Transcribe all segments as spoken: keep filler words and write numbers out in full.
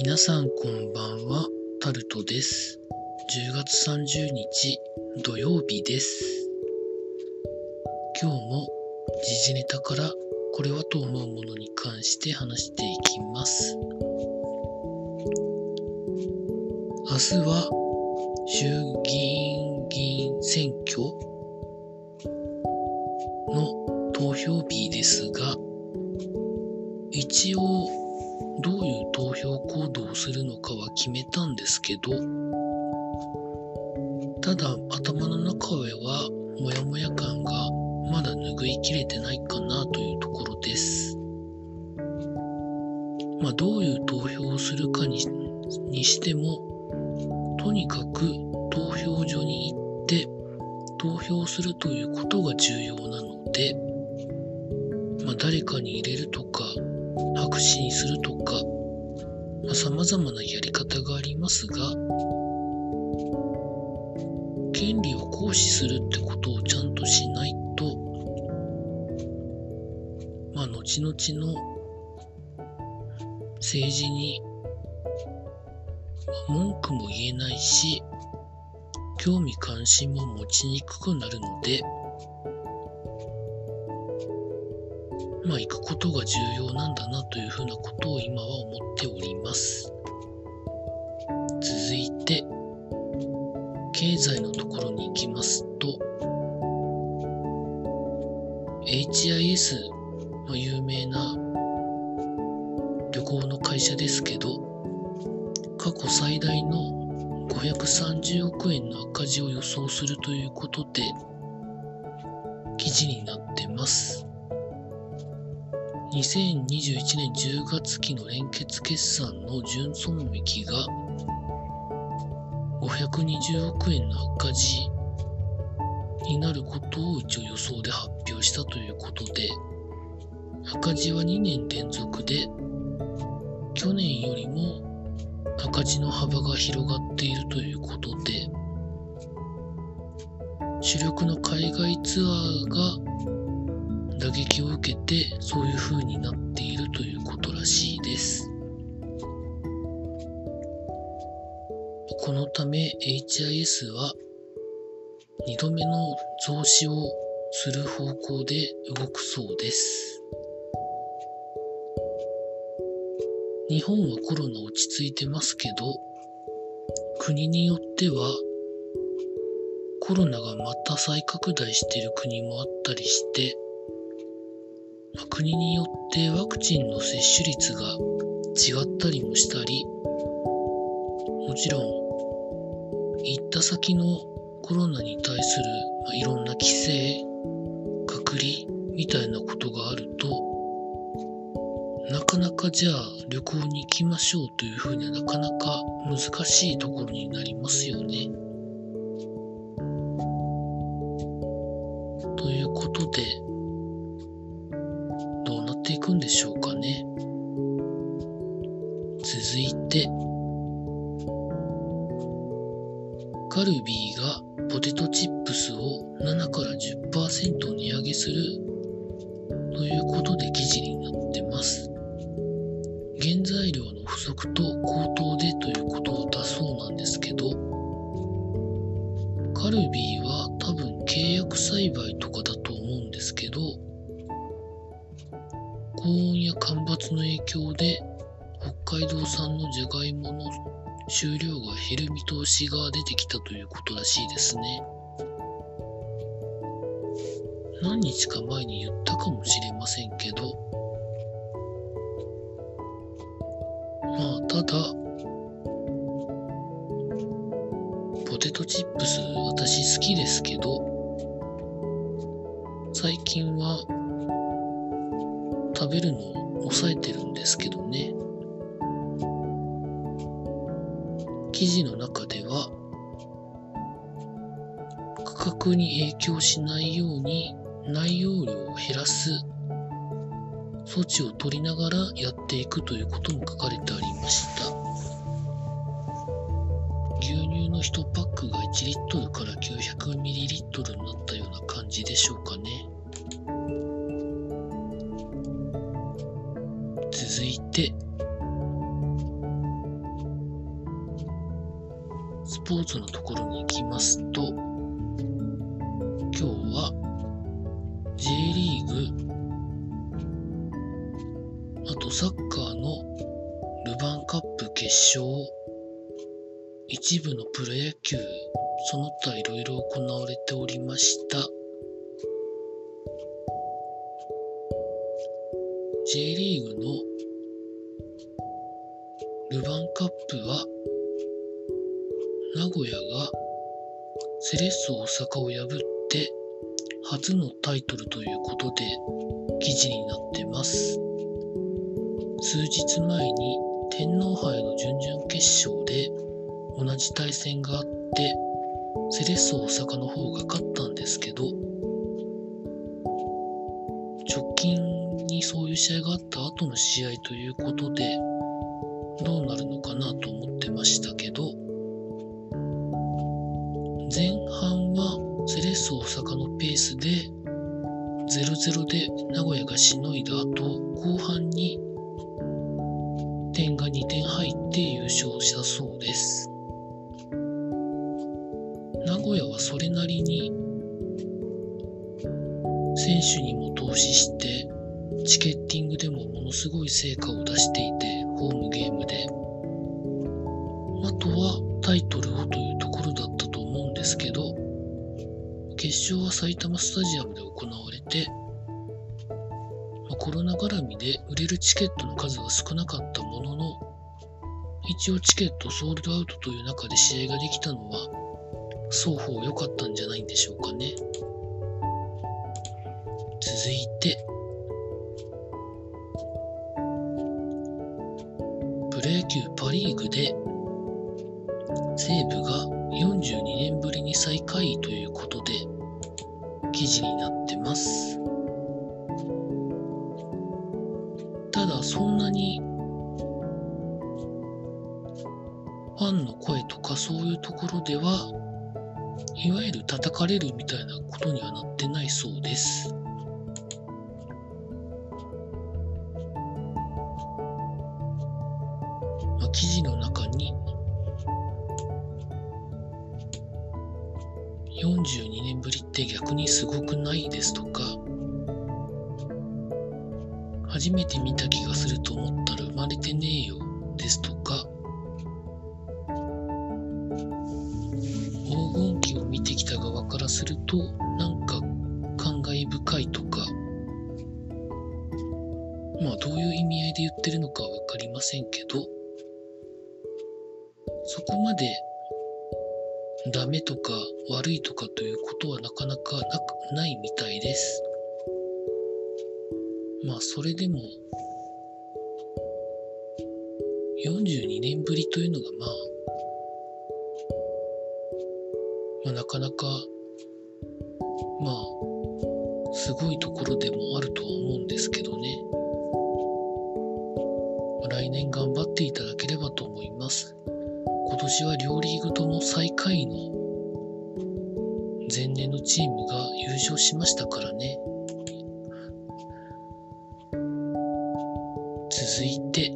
皆さんこんばんは、タルトです。じゅうがつさんじゅうにち土曜日です。今日も時事ネタからこれはと思うものに関して話していきます。明日は衆議院議員選挙の投票日ですが、一応どういう投票行動をするのかは決めたんですけど、ただ頭の中ではモヤモヤ感がまだ拭いきれてないかなというところです。まあどういう投票をするかに、にしても、とにかく投票所に行って投票するということが重要なので、まあ誰かに入れるとか白紙にするとか、まあ、様々なやり方がありますが、権利を行使するってことをちゃんとしないと、まあ後々の政治に文句も言えないし、興味関心も持ちにくくなるので、まあ行くことが重要なんだなというふうなことを今は思っております。続いて経済のところに行きますと、 エイチアイエス の有名な旅行の会社ですけど、過去最大のごひゃくさんじゅうおくえんの赤字を予想するということで記事になってます。にせんにじゅういちねんじゅうがつ期の連結決算の純損益がごひゃくにじゅうおくえんの赤字になることを一応予想で発表したということで、赤字はにねん連続で去年よりも赤字の幅が広がっているということで、主力の海外ツアーが打撃を受けてそういう風になっているということらしいです。このため エイチアイエス はにどめの増資をする方向で動くそうです。日本はコロナ落ち着いてますけど、国によってはコロナがまた再拡大している国もあったりして、国によってワクチンの接種率が違ったりもしたり、もちろん行った先のコロナに対するいろんな規制、隔離みたいなことがあると、なかなかじゃあ旅行に行きましょうというふうにはなかなか難しいところになりますよね。ということで、どうなっていくんでしょうかね。続いて、カルビーがポテトチップスをななから じゅっパーセント 値上げするということで記事になってます。原材料の不足と高騰でということだそうなんですけど、カルビーは多分契約栽培とかだと思うんですけど、高温や干ばつの影響で北海道産のじゃがいもの収量が減る見通しが出てきたということらしいですね。何日か前に言ったかもしれませんけど、まあただポテトチップス私好きですけど、最近は食べるのを抑えてるんですけどね。記事の中では価格に影響しないように内容量を減らす措置を取りながらやっていくということも書かれてありました。牛乳のいちパックがいちリットルからきゅうひゃくミリリットルになったような感じでしょうかね。続いてポーツのところに行きますと、今日は J リーグ、あとサッカーのルヴァンカップ決勝、一部のプロ野球、その他いろいろ行われておりました。J リーグのルヴァンカップは、名古屋がセレッソ大阪を破って初のタイトルということで記事になってます。数日前に天皇杯の準々決勝で同じ対戦があってセレッソ大阪の方が勝ったんですけど、直近にそういう試合があった後の試合ということでどうなるのかなと思ってましたけど、前半はセレッソ大阪のペースで ゼロゼロ で名古屋がしのいだ後、後半に点がにてん入って優勝したそうです。名古屋はそれなりに選手にも投資してチケッティングでもものすごい成果を出していて、ホームゲームであとはタイトルをというところだったと思うんですけど、決勝は埼玉スタジアムで行われて、まあ、コロナ絡みで売れるチケットの数が少なかったものの、一応チケットソールドアウトという中で試合ができたのは双方良かったんじゃないんでしょうかね。続いてプロ野球パリーグで西武がよんじゅうにねんぶりに最下位ということで記事になってます。ただそんなにファンの声とかそういうところではいわゆる叩かれるみたいなことにはなってないそうです。まあ、記事の中によんじゅうにねんぶりって逆にすごくないですとか、初めて見た気がすると思ったら生まれてねえよですとか、黄金期を見てきた側からするとなんか感慨深いとか、まあどういう意味合いで言ってるのかはわかりませんけど、そこまでダメとか悪いとかということはなかなかなくないみたいです。まあそれでもよんじゅうにねんぶりというのがまあ、まあ、なかなかまあすごいところでもあるとは思うんですけどね。来年頑張っていただければと思います。今年は両リーグとも最下位の前年のチームが優勝しましたからね。続いて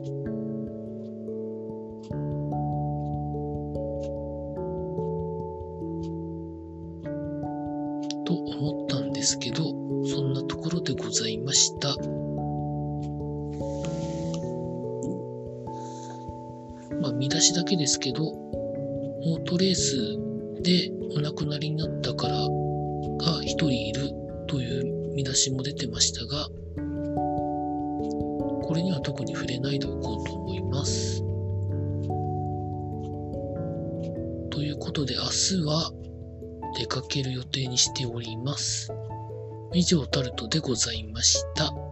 と思ったんですけど、そんなところでございました。まあ見出しだけですけど、オートレースでお亡くなりになったからが一人いるという見出しも出てましたが、これには特に触れないでおこうと思います。ということで明日は出かける予定にしております。以上タルトでございました。